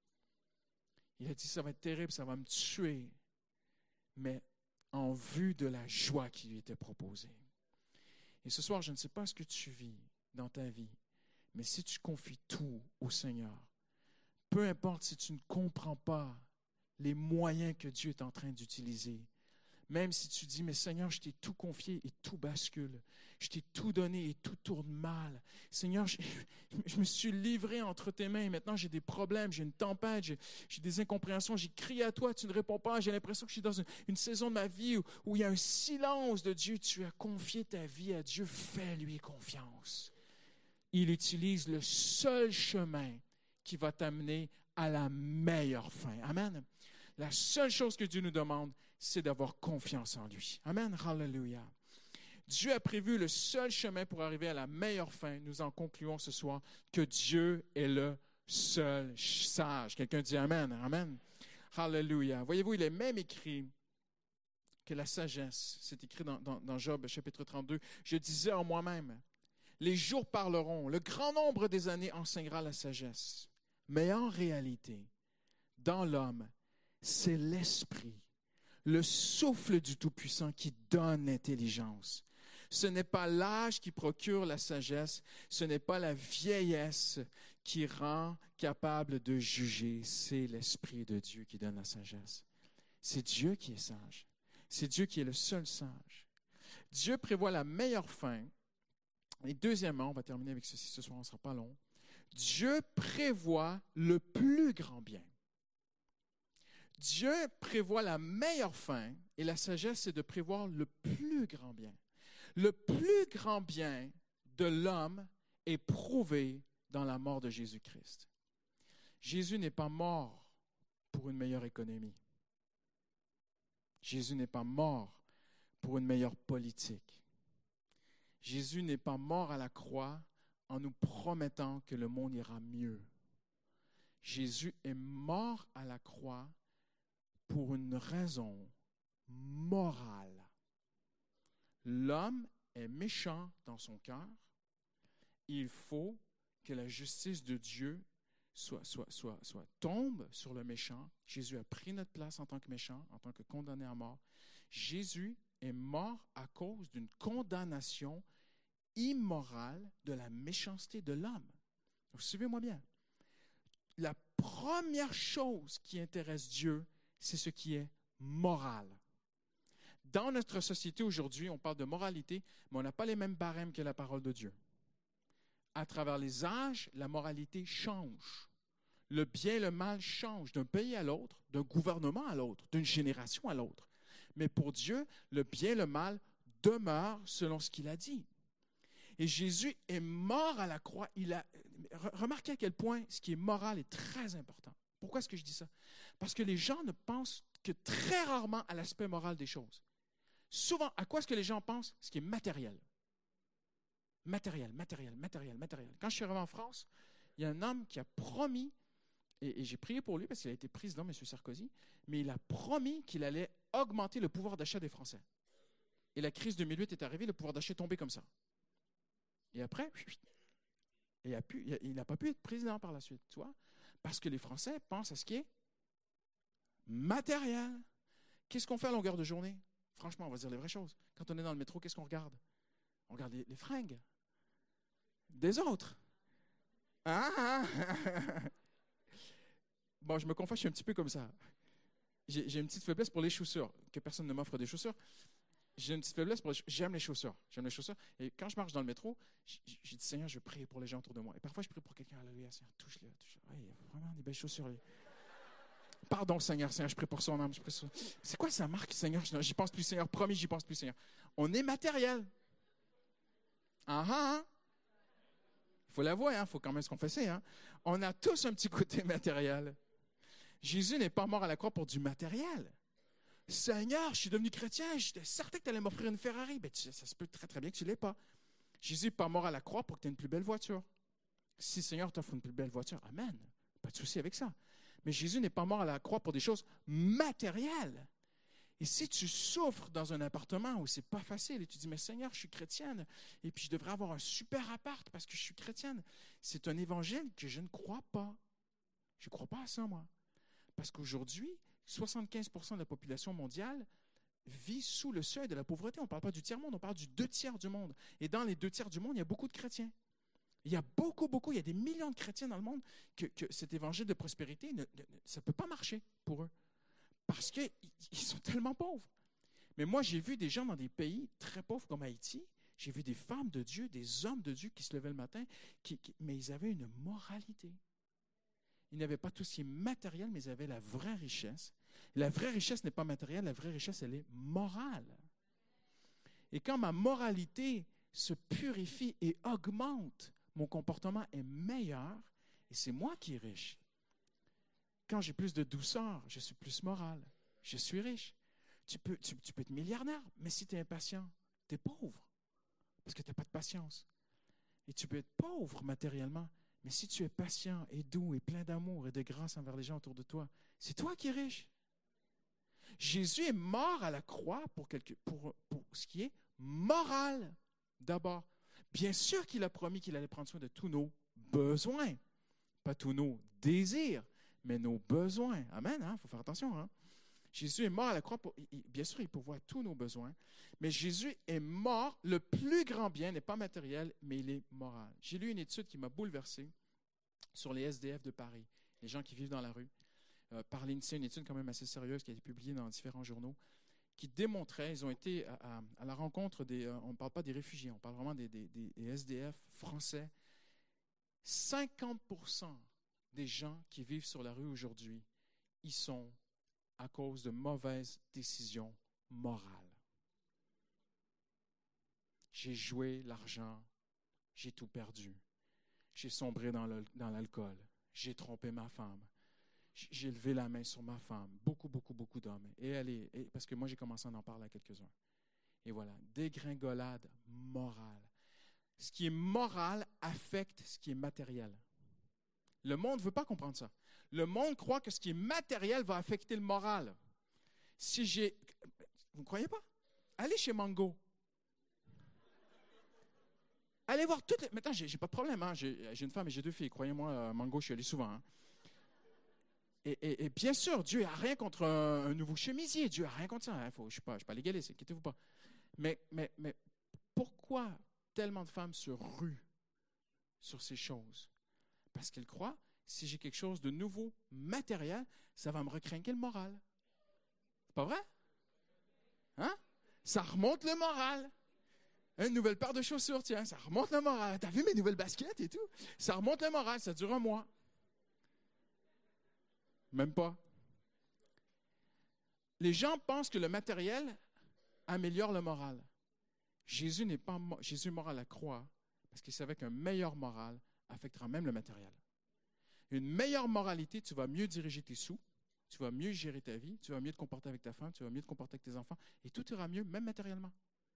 Il a dit, ça va être terrible, ça va me tuer, mais en vue de la joie qui lui était proposée. Et ce soir, je ne sais pas ce que tu vis dans ta vie, mais si tu confies tout au Seigneur, peu importe si tu ne comprends pas les moyens que Dieu est en train d'utiliser, Même si tu dis, mais Seigneur, je t'ai tout confié et tout bascule. Je t'ai tout donné et tout tourne mal. Seigneur, je, je me suis livré entre tes mains et maintenant j'ai des problèmes, j'ai une tempête, j'ai, j'ai des incompréhensions. J'ai crié à toi, tu ne réponds pas. J'ai l'impression que je suis dans une, une saison de ma vie où, où il y a un silence de Dieu. Tu as confié ta vie à Dieu. Fais-lui confiance. Il utilise le seul chemin qui va t'amener à la meilleure fin. Amen. La seule chose que Dieu nous demande, c'est d'avoir confiance en lui. Amen. Hallelujah. Dieu a prévu le seul chemin pour arriver à la meilleure fin. Nous en concluons ce soir que Dieu est le seul sage. Quelqu'un dit Amen. Amen. Hallelujah. Voyez-vous, il est même écrit que la sagesse, c'est écrit dans, dans, dans Job chapitre trente-deux, je disais en moi-même, les jours parleront, le grand nombre des années enseignera la sagesse. Mais en réalité, dans l'homme, c'est l'esprit, le souffle du Tout-Puissant qui donne l'intelligence. Ce n'est pas l'âge qui procure la sagesse, ce n'est pas la vieillesse qui rend capable de juger, c'est l'Esprit de Dieu qui donne la sagesse. C'est Dieu qui est sage, c'est Dieu qui est le seul sage. Dieu prévoit la meilleure fin. Et deuxièmement, on va terminer avec ceci ce soir, on ne sera pas long. Dieu prévoit le plus grand bien. Dieu prévoit la meilleure fin et la sagesse, c'est de prévoir le plus grand bien. Le plus grand bien de l'homme est prouvé dans la mort de Jésus-Christ. Jésus n'est pas mort pour une meilleure économie. Jésus n'est pas mort pour une meilleure politique. Jésus n'est pas mort à la croix en nous promettant que le monde ira mieux. Jésus est mort à la croix pour une raison morale. L'homme est méchant dans son cœur. Il faut que la justice de Dieu soit, soit, soit, soit tombe sur le méchant. Jésus a pris notre place en tant que méchant, en tant que condamné à mort. Jésus est mort à cause d'une condamnation immorale de la méchanceté de l'homme. Donc, suivez-moi bien. La première chose qui intéresse Dieu, c'est ce qui est moral. Dans notre société aujourd'hui, on parle de moralité, mais on n'a pas les mêmes barèmes que la parole de Dieu. À travers les âges, la moralité change. Le bien et le mal changent d'un pays à l'autre, d'un gouvernement à l'autre, d'une génération à l'autre. Mais pour Dieu, le bien et le mal demeurent selon ce qu'il a dit. Et Jésus est mort à la croix. Il a, remarquez à quel point ce qui est moral est très important. Pourquoi est-ce que je dis ça? Parce que les gens ne pensent que très rarement à l'aspect moral des choses. Souvent, à quoi est-ce que les gens pensent? Ce qui est matériel. Matériel, matériel, matériel, matériel. Quand je suis arrivé en France, il y a un homme qui a promis, et, et j'ai prié pour lui parce qu'il a été président, M. Sarkozy, mais il a promis qu'il allait augmenter le pouvoir d'achat des Français. Et la crise deux mille huit est arrivée, le pouvoir d'achat est tombé comme ça. Et après, il n'a pu, il n'a pas pu être président par la suite, tu vois, parce que les Français pensent à ce qui est matériel. Qu'est-ce qu'on fait à longueur de journée? Franchement, on va dire les vraies choses. Quand on est dans le métro, qu'est-ce qu'on regarde? On regarde les, les fringues des autres. Ah! Bon, je me confesse, je suis un petit peu comme ça. J'ai, j'ai une petite faiblesse pour les chaussures. Que personne ne m'offre des chaussures. J'ai une petite faiblesse pour les chaussures. J'aime les chaussures. J'aime les chaussures. Et quand je marche dans le métro, j'ai dit, Seigneur, je prie pour les gens autour de moi. Et parfois, je prie pour quelqu'un. Alléluia, Seigneur, touche-le. touche-le. Ouais, il y a vraiment des belles chaussures. Pardon, Seigneur, Seigneur, je prie pour son âme. Je prie sur... C'est quoi ça marque, Seigneur? J'y pense plus, Seigneur. Promis, j'y pense plus, Seigneur. On est matériel. Ah ah! Il faut l'avouer, il hein? faut quand même se confesser. Hein? On a tous un petit côté matériel. Jésus n'est pas mort à la croix pour du matériel. Seigneur, je suis devenu chrétien, j'étais certain que tu allais m'offrir une Ferrari. Ben, tu, ça se peut très très bien que tu ne l'aies pas. Jésus n'est pas mort à la croix pour que tu aies une plus belle voiture. Si le Seigneur t'offre une plus belle voiture, amen. Pas de souci avec ça. Mais Jésus n'est pas mort à la croix pour des choses matérielles. Et si tu souffres dans un appartement où c'est pas facile et tu dis, mais Seigneur, je suis chrétienne et puis je devrais avoir un super appart parce que je suis chrétienne, c'est un évangile que je ne crois pas. Je ne crois pas à ça, moi. Parce qu'aujourd'hui, soixante-quinze pour cent de la population mondiale vit sous le seuil de la pauvreté. On ne parle pas du tiers-monde, on parle du deux tiers du monde. Et dans les deux tiers du monde, il y a beaucoup de chrétiens. Il y a beaucoup, beaucoup, il y a des millions de chrétiens dans le monde que, que cet évangile de prospérité, ne, ne, ça ne peut pas marcher pour eux. Parce qu'ils sont tellement pauvres. Mais moi, j'ai vu des gens dans des pays très pauvres comme Haïti. J'ai vu des femmes de Dieu, des hommes de Dieu qui se levaient le matin, qui, qui, mais ils avaient une moralité. Ils n'avaient pas tout ce qui est matériel, mais ils avaient la vraie richesse. La vraie richesse n'est pas matérielle, la vraie richesse, elle est morale. Et quand ma moralité se purifie et augmente, mon comportement est meilleur et c'est moi qui est riche. Quand j'ai plus de douceur, je suis plus moral. Je suis riche. Tu peux, tu, tu peux être milliardaire, mais si tu es impatient, tu es pauvre parce que tu n'as pas de patience. Et tu peux être pauvre matériellement, mais si tu es patient et doux et plein d'amour et de grâce envers les gens autour de toi, c'est toi qui es riche. Jésus est mort à la croix pour, quelque, pour, pour ce qui est moral d'abord. Bien sûr qu'il a promis qu'il allait prendre soin de tous nos besoins, pas tous nos désirs, mais nos besoins. Amen, il hein? faut faire attention. Hein? Jésus est mort à la croix, pour, il, bien sûr, il pourvoit tous nos besoins, mais Jésus est mort, le plus grand bien n'est pas matériel, mais il est moral. J'ai lu une étude qui m'a bouleversé sur les S D F de Paris, les gens qui vivent dans la rue, euh, par l'INSEE, une étude quand même assez sérieuse qui a été publiée dans différents journaux, qui démontrait, ils ont été à, à, à la rencontre des, euh, on ne parle pas des réfugiés, on parle vraiment des, des, des S D F français, cinquante pour cent des gens qui vivent sur la rue aujourd'hui, ils sont à cause de mauvaises décisions morales. J'ai joué l'argent, j'ai tout perdu. J'ai sombré dans, le, dans l'alcool, j'ai trompé ma femme, j'ai levé la main sur ma femme, beaucoup, beaucoup, beaucoup d'hommes. Et elle est, et, parce que moi, j'ai commencé à en parler à quelques-uns. Et voilà, dégringolade morale. Ce qui est moral affecte ce qui est matériel. Le monde ne veut pas comprendre ça. Le monde croit que ce qui est matériel va affecter le moral. Si j'ai... Vous ne croyez pas? Allez chez Mango. Allez voir toutes les... Maintenant, j'ai, j'ai pas de problème. Hein. J'ai, j'ai une femme et j'ai deux filles. Croyez-moi, euh, Mango, je suis allé souvent. Hein. Et, et, et bien sûr, Dieu n'a rien contre un, un nouveau chemisier. Dieu n'a rien contre ça. Hein. Faut, je ne suis pas, je suis pas légaliste, inquiétez-vous pas. Mais, mais, mais pourquoi tellement de femmes se ruent sur ces choses? Parce qu'elles croient, si j'ai quelque chose de nouveau, matériel, ça va me recrinquer le moral. C'est pas vrai? Hein? Ça remonte le moral. Une nouvelle paire de chaussures, tiens, ça remonte le moral. T'as vu mes nouvelles baskets et tout? Ça remonte le moral, ça dure un mois. Même pas. Les gens pensent que le matériel améliore le moral. Jésus n'est pas Jésus est mort à la croix parce qu'il savait qu'un meilleur moral affectera même le matériel. Une meilleure moralité, tu vas mieux diriger tes sous, tu vas mieux gérer ta vie, tu vas mieux te comporter avec ta femme, tu vas mieux te comporter avec tes enfants, et tout ira mieux, même matériellement.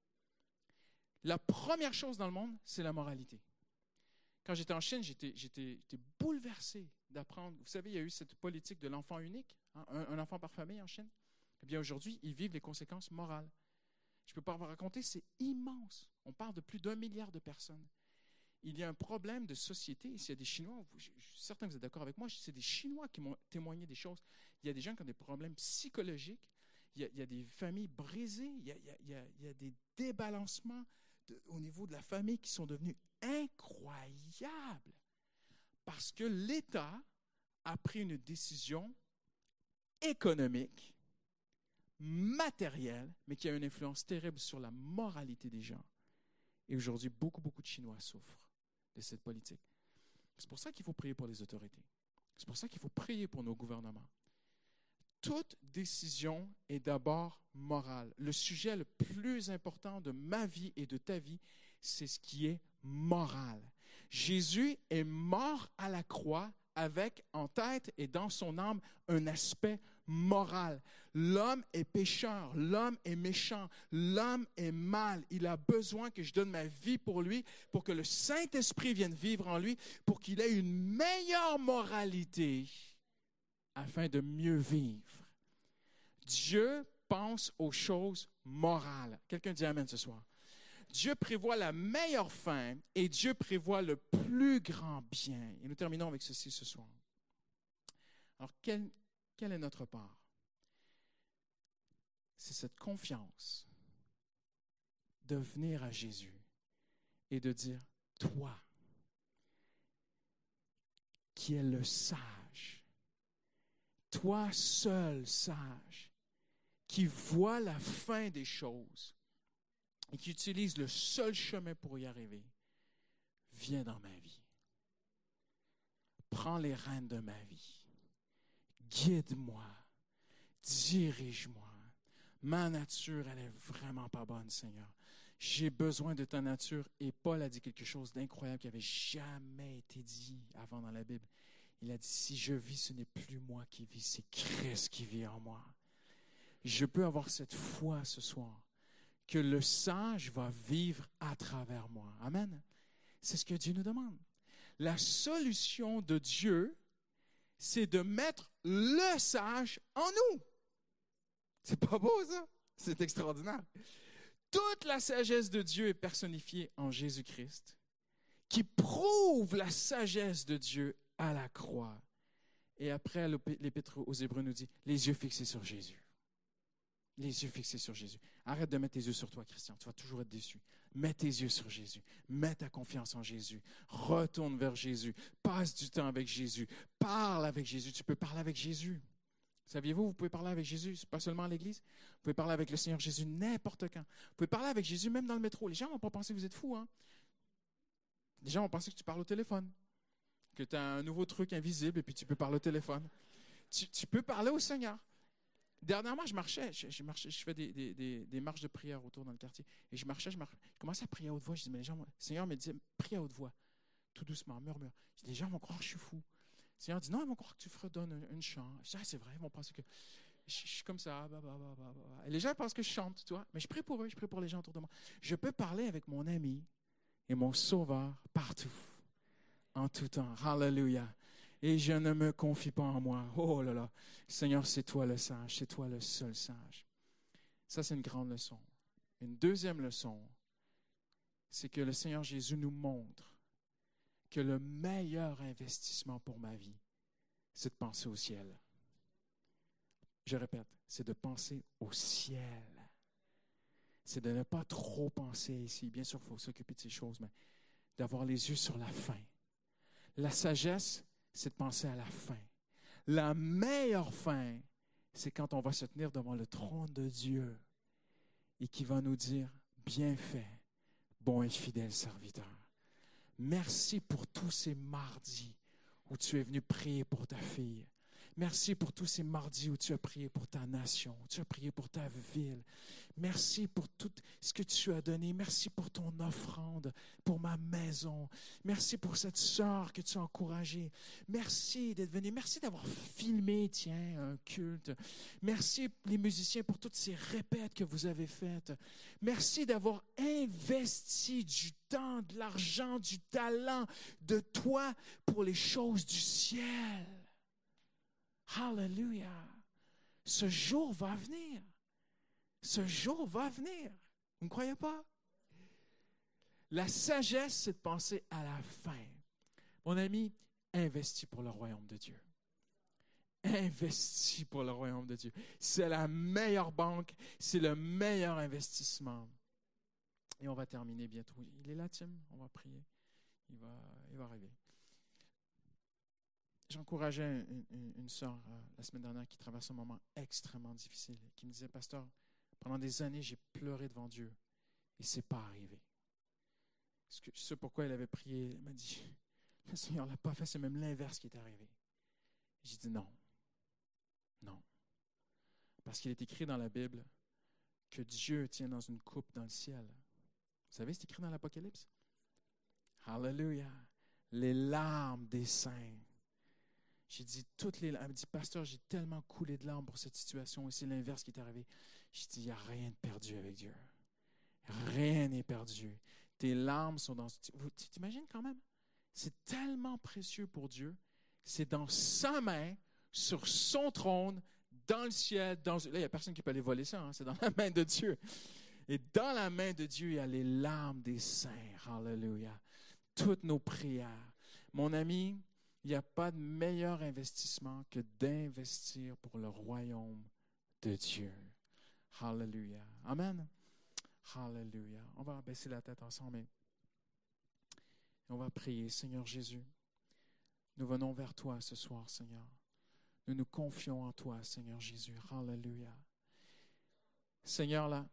La première chose dans le monde, c'est la moralité. Quand j'étais en Chine, j'étais, j'étais, j'étais bouleversé d'apprendre. Vous savez, il y a eu cette politique de l'enfant unique, hein, un, un enfant par famille en Chine. Eh bien, aujourd'hui, ils vivent les conséquences morales. Je ne peux pas vous raconter, c'est immense. On parle de plus d'un milliard de personnes. Il y a un problème de société. S'il y a des Chinois, je suis certain que vous êtes d'accord avec moi, c'est des Chinois qui m'ont témoigné des choses. Il y a des gens qui ont des problèmes psychologiques. Il y a, il y a des familles brisées. Il y a, il y a, il y a, il y a des débalancements de, au niveau de la famille qui sont devenus incroyables. Parce que l'État a pris une décision économique, matérielle, mais qui a une influence terrible sur la moralité des gens. Et aujourd'hui, beaucoup, beaucoup de Chinois souffrent de cette politique. C'est pour ça qu'il faut prier pour les autorités. C'est pour ça qu'il faut prier pour nos gouvernements. Toute décision est d'abord morale. Le sujet le plus important de ma vie et de ta vie, c'est ce qui est moral. Jésus est mort à la croix avec en tête et dans son âme un aspect moral. L'homme est pécheur, l'homme est méchant, l'homme est mal. Il a besoin que je donne ma vie pour lui, pour que le Saint-Esprit vienne vivre en lui, pour qu'il ait une meilleure moralité afin de mieux vivre. Dieu pense aux choses morales. Quelqu'un dit Amen ce soir. Dieu prévoit la meilleure fin et Dieu prévoit le plus grand bien. Et nous terminons avec ceci ce soir. Alors, quelle, quelle est notre part? C'est cette confiance de venir à Jésus et de dire, toi, qui es le sage, toi seul sage, qui voit la fin des choses et qui utilise le seul chemin pour y arriver, viens dans ma vie. Prends les rênes de ma vie. Guide-moi. Dirige-moi. Ma nature, elle est vraiment pas bonne, Seigneur. J'ai besoin de ta nature. Et Paul a dit quelque chose d'incroyable qui n'avait jamais été dit avant dans la Bible. Il a dit, si je vis, ce n'est plus moi qui vis, c'est Christ qui vit en moi. Je peux avoir cette foi ce soir que le sage va vivre à travers moi. Amen. C'est ce que Dieu nous demande. La solution de Dieu, c'est de mettre le sage en nous. C'est pas beau, ça? C'est extraordinaire. Toute la sagesse de Dieu est personnifiée en Jésus-Christ, qui prouve la sagesse de Dieu à la croix. Et après, l'Épître aux Hébreux nous dit, les yeux fixés sur Jésus. Les yeux fixés sur Jésus. Arrête de mettre tes yeux sur toi, Christian. Tu vas toujours être déçu. Mets tes yeux sur Jésus. Mets ta confiance en Jésus. Retourne vers Jésus. Passe du temps avec Jésus. Parle avec Jésus. Tu peux parler avec Jésus. Saviez-vous, vous pouvez parler avec Jésus, pas seulement à l'église. Vous pouvez parler avec le Seigneur Jésus n'importe quand. Vous pouvez parler avec Jésus même dans le métro. Les gens ne vont pas penser que vous êtes fou. Hein? Les gens vont penser que tu parles au téléphone. Que tu as un nouveau truc invisible et puis tu peux parler au téléphone. Tu, tu peux parler au Seigneur. Dernièrement, je marchais, je, je marchais, je fais des, des, des, des marches de prière autour dans le quartier. Et je marchais, je, marchais, je commençais à prier à haute voix. Je disais, mais les gens, le Seigneur me disait, prie à haute voix, tout doucement, murmure. Je dis, les gens vont croire que je suis fou. Le Seigneur dit, non, ils vont croire que tu fredonnes une, une chant. Je dis, ah, c'est vrai, ils vont penser que je, je suis comme ça. Bah, bah, bah, bah, bah. Et les gens pensent que je chante, tu vois. Mais je prie pour eux, je prie pour les gens autour de moi. Je peux parler avec mon ami et mon sauveur partout, en tout temps. Hallelujah. Et je ne me confie pas en moi. Oh là là. Seigneur, c'est toi le sage. C'est toi le seul sage. Ça, c'est une grande leçon. Une deuxième leçon, c'est que le Seigneur Jésus nous montre que le meilleur investissement pour ma vie, c'est de penser au ciel. Je répète, c'est de penser au ciel. C'est de ne pas trop penser ici. Bien sûr, il faut s'occuper de ces choses, mais d'avoir les yeux sur la fin. La sagesse, c'est de penser à la fin. La meilleure fin, c'est quand on va se tenir devant le trône de Dieu et qui va nous dire, bien fait, bon et fidèle serviteur. Merci pour tous ces mardis où tu es venu prier pour ta fille. Merci pour tous ces mardis où tu as prié pour ta nation, où tu as prié pour ta ville. Merci pour tout ce que tu as donné. Merci pour ton offrande, pour ma maison. Merci pour cette sœur que tu as encouragée. Merci d'être venu. Merci d'avoir filmé, tiens, un culte. Merci les musiciens pour toutes ces répètes que vous avez faites. Merci d'avoir investi du temps, de l'argent, du talent, de toi pour les choses du ciel. Hallelujah. Ce jour va venir. Ce jour va venir. Vous ne croyez pas? La sagesse, c'est de penser à la fin. Mon ami, investis pour le royaume de Dieu. Investis pour le royaume de Dieu. C'est la meilleure banque, c'est le meilleur investissement. Et on va terminer bientôt. Il est là, Tim? On va prier. Il va, il va arriver. J'encourageais une, une, une sœur euh, la semaine dernière qui traverse un moment extrêmement difficile, qui me disait, pasteur, pendant des années, j'ai pleuré devant Dieu et ce n'est pas arrivé. Ce, que, ce pourquoi elle avait prié, elle m'a dit, le Seigneur ne l'a pas fait, c'est même l'inverse qui est arrivé. J'ai dit non, non. Parce qu'il est écrit dans la Bible que Dieu tient dans une coupe dans le ciel. Vous savez, c'est écrit dans l'Apocalypse. Hallelujah. Les larmes des saints. J'ai dit toutes les larmes. Elle me dit, pasteur, j'ai tellement coulé de larmes pour cette situation et c'est l'inverse qui est arrivé. J'ai dit, il n'y a rien de perdu avec Dieu. Rien n'est perdu. Tes larmes sont dans... Tu t'imagines quand même? C'est tellement précieux pour Dieu. C'est dans sa main, sur son trône, dans le ciel. Dans... Là, il n'y a personne qui peut aller voler ça. Hein? C'est dans la main de Dieu. Et dans la main de Dieu, il y a les larmes des saints. Hallelujah. Toutes nos prières. Mon ami, il n'y a pas de meilleur investissement que d'investir pour le royaume de Dieu. Hallelujah. Amen. Hallelujah. On va baisser la tête ensemble et on va prier. Seigneur Jésus, nous venons vers toi ce soir, Seigneur. Nous nous confions en toi, Seigneur Jésus. Hallelujah. Seigneur, là,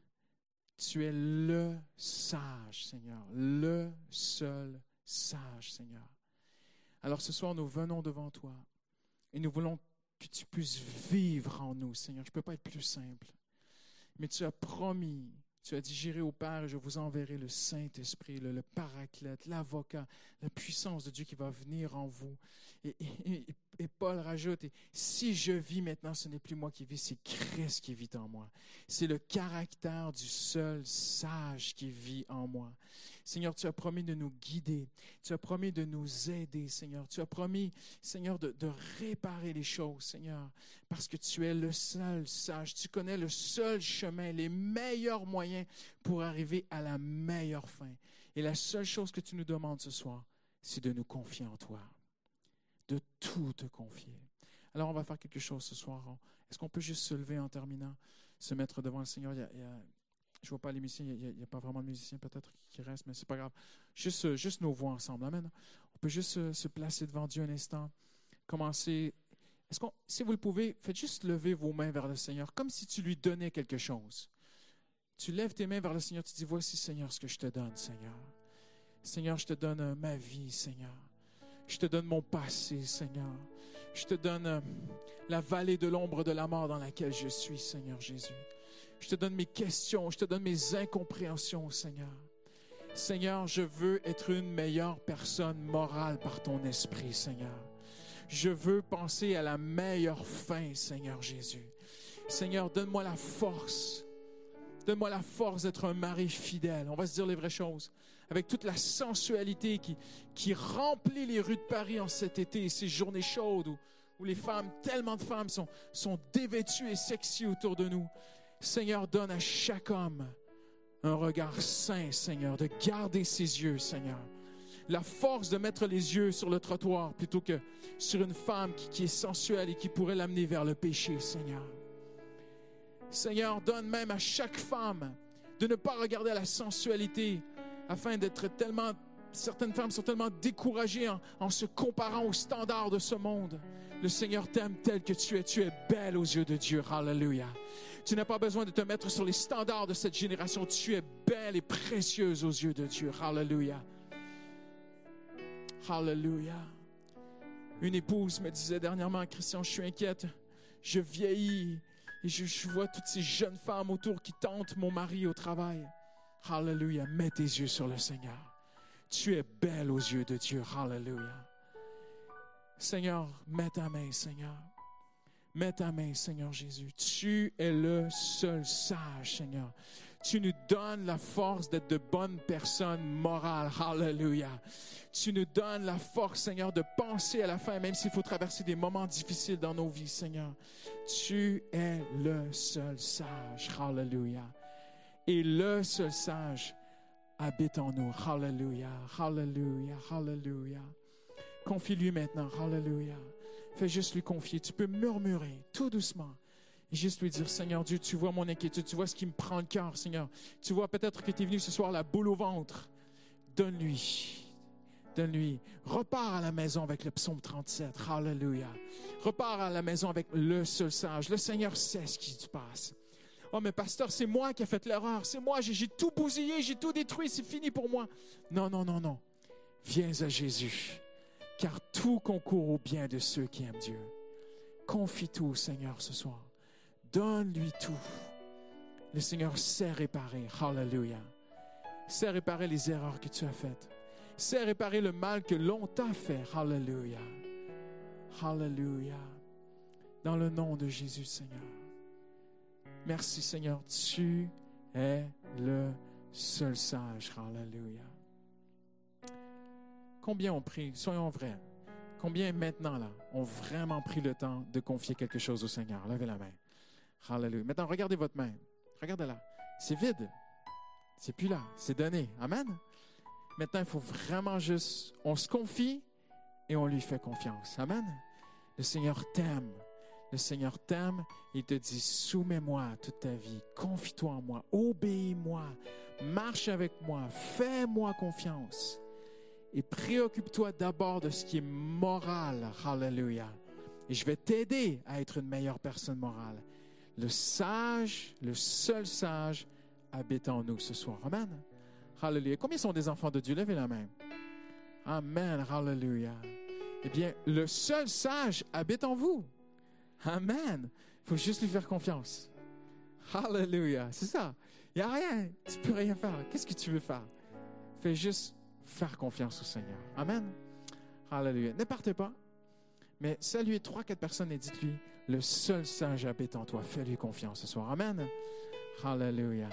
tu es le sage, Seigneur, le seul sage, Seigneur. Alors ce soir, nous venons devant toi et nous voulons que tu puisses vivre en nous, Seigneur. Je ne peux pas être plus simple. Mais tu as promis, tu as dit, j'irai au Père et je vous enverrai le Saint-Esprit, le, le Paraclète, l'Avocat, la puissance de Dieu qui va venir en vous. Et, et, et Paul rajoute, et si je vis maintenant, ce n'est plus moi qui vis, c'est Christ qui vit en moi. C'est le caractère du seul sage qui vit en moi. Seigneur, tu as promis de nous guider. Tu as promis de nous aider, Seigneur. Tu as promis, Seigneur, de, de réparer les choses, Seigneur, parce que tu es le seul sage. Tu connais le seul chemin, les meilleurs moyens pour arriver à la meilleure fin. Et la seule chose que tu nous demandes ce soir, c'est de nous confier en toi, de tout te confier. Alors, on va faire quelque chose ce soir. Est-ce qu'on peut juste se lever en terminant, se mettre devant le Seigneur? Il y a, il y a, je ne vois pas les musiciens, il n'y a, a pas vraiment de musiciens peut-être qui restent, mais ce n'est pas grave. Juste, juste nos voix ensemble. Amen. On peut juste se, se placer devant Dieu un instant. Commencer. Est-ce qu'on, si vous le pouvez, faites juste lever vos mains vers le Seigneur, comme si tu lui donnais quelque chose. Tu lèves tes mains vers le Seigneur, tu dis, voici, Seigneur, ce que je te donne, Seigneur. Seigneur, je te donne euh, ma vie, Seigneur. Je te donne mon passé, Seigneur. Je te donne euh, la vallée de l'ombre de la mort dans laquelle je suis, Seigneur Jésus. Je te donne mes questions, je te donne mes incompréhensions, Seigneur. Seigneur, je veux être une meilleure personne morale par ton esprit, Seigneur. Je veux penser à la meilleure fin, Seigneur Jésus. Seigneur, donne-moi la force. Donne-moi la force d'être un mari fidèle. On va se dire les vraies choses. Avec toute la sensualité qui, qui remplit les rues de Paris en cet été, ces journées chaudes où, où les femmes, tellement de femmes sont, sont dévêtues et sexy autour de nous. Seigneur, donne à chaque homme un regard saint, Seigneur, de garder ses yeux, Seigneur. La force de mettre les yeux sur le trottoir plutôt que sur une femme qui, qui est sensuelle et qui pourrait l'amener vers le péché, Seigneur. Seigneur, donne même à chaque femme de ne pas regarder à la sensualité afin d'être tellement... Certaines femmes sont tellement découragées en, en se comparant aux standards de ce monde. Le Seigneur t'aime tel que tu es. Tu es belle aux yeux de Dieu. Hallelujah. Tu n'as pas besoin de te mettre sur les standards de cette génération. Tu es belle et précieuse aux yeux de Dieu. Hallelujah. Hallelujah. Une épouse me disait dernièrement, Christian, je suis inquiète. Je vieillis et je, je vois toutes ces jeunes femmes autour qui tentent mon mari au travail. Hallelujah. Mets tes yeux sur le Seigneur. Tu es belle aux yeux de Dieu. Hallelujah. Seigneur, mets ta main, Seigneur. Mets ta main, Seigneur Jésus. Tu es le seul sage, Seigneur. Tu nous donnes la force d'être de bonnes personnes morales. Hallelujah. Tu nous donnes la force, Seigneur, de penser à la fin, même s'il faut traverser des moments difficiles dans nos vies, Seigneur. Tu es le seul sage. Hallelujah. Et le seul sage habite en nous. Hallelujah, hallelujah, hallelujah. Confie-lui maintenant. Hallelujah. Fais juste lui confier. Tu peux murmurer tout doucement et juste lui dire, Seigneur Dieu, tu vois mon inquiétude, tu vois ce qui me prend le cœur, Seigneur. Tu vois peut-être que tu es venu ce soir la boule au ventre. Donne-lui. Donne-lui. Repars à la maison avec le psaume trente-sept. Hallelujah. Repars à la maison avec le seul sage. Le Seigneur sait ce qui se passe. Oh, mais pasteur, c'est moi qui ai fait l'erreur. C'est moi, j'ai, j'ai tout bousillé, j'ai tout détruit, c'est fini pour moi. Non, non, non, non. Viens à Jésus, car tout concourt au bien de ceux qui aiment Dieu. Confie tout au Seigneur ce soir. Donne-lui tout. Le Seigneur sait réparer. Hallelujah. Sait réparer les erreurs que tu as faites. Sait réparer le mal que l'on t'a fait. Hallelujah. Hallelujah. Dans le nom de Jésus, Seigneur. Merci, Seigneur. Tu es le seul sage. Hallelujah. Combien ont pris, soyons vrais, combien maintenant, là, ont vraiment pris le temps de confier quelque chose au Seigneur? Levez la main. Hallelujah. Maintenant, regardez votre main. Regardez-la. C'est vide. C'est plus là. C'est donné. Amen. Maintenant, il faut vraiment juste, on se confie et on lui fait confiance. Amen. Le Seigneur t'aime. Le Seigneur t'aime, il te dit, soumets-moi toute ta vie, confie-toi en moi, obéis-moi, marche avec moi, fais-moi confiance et préoccupe-toi d'abord de ce qui est moral. Hallelujah. Et je vais t'aider à être une meilleure personne morale. Le sage, le seul sage, habite en nous ce soir. Amen. Hallelujah. Combien sont des enfants de Dieu? Levez la main. Amen. Hallelujah. Eh bien, le seul sage habite en vous. Amen. Il faut juste lui faire confiance. Hallelujah. C'est ça. Il n'y a rien. Tu ne peux rien faire. Qu'est-ce que tu veux faire? Fais juste faire confiance au Seigneur. Amen. Hallelujah. Ne partez pas, mais saluez trois, quatre personnes et dites-lui, le seul sage habite en toi. Fais-lui confiance ce soir. Amen. Hallelujah.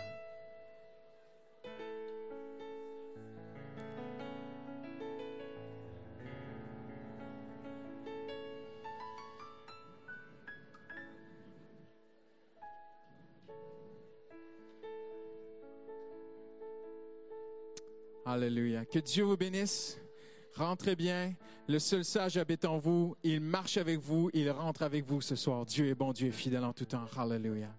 Alléluia. Que Dieu vous bénisse. Rentrez bien. Le seul sage habite en vous. Il marche avec vous. Il rentre avec vous ce soir. Dieu est bon. Dieu est fidèle en tout temps. Alléluia.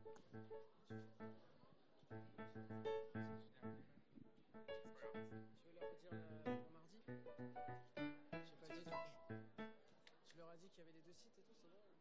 Tu leur as dit qu'il y avait les deux sites et tout, c'est bon?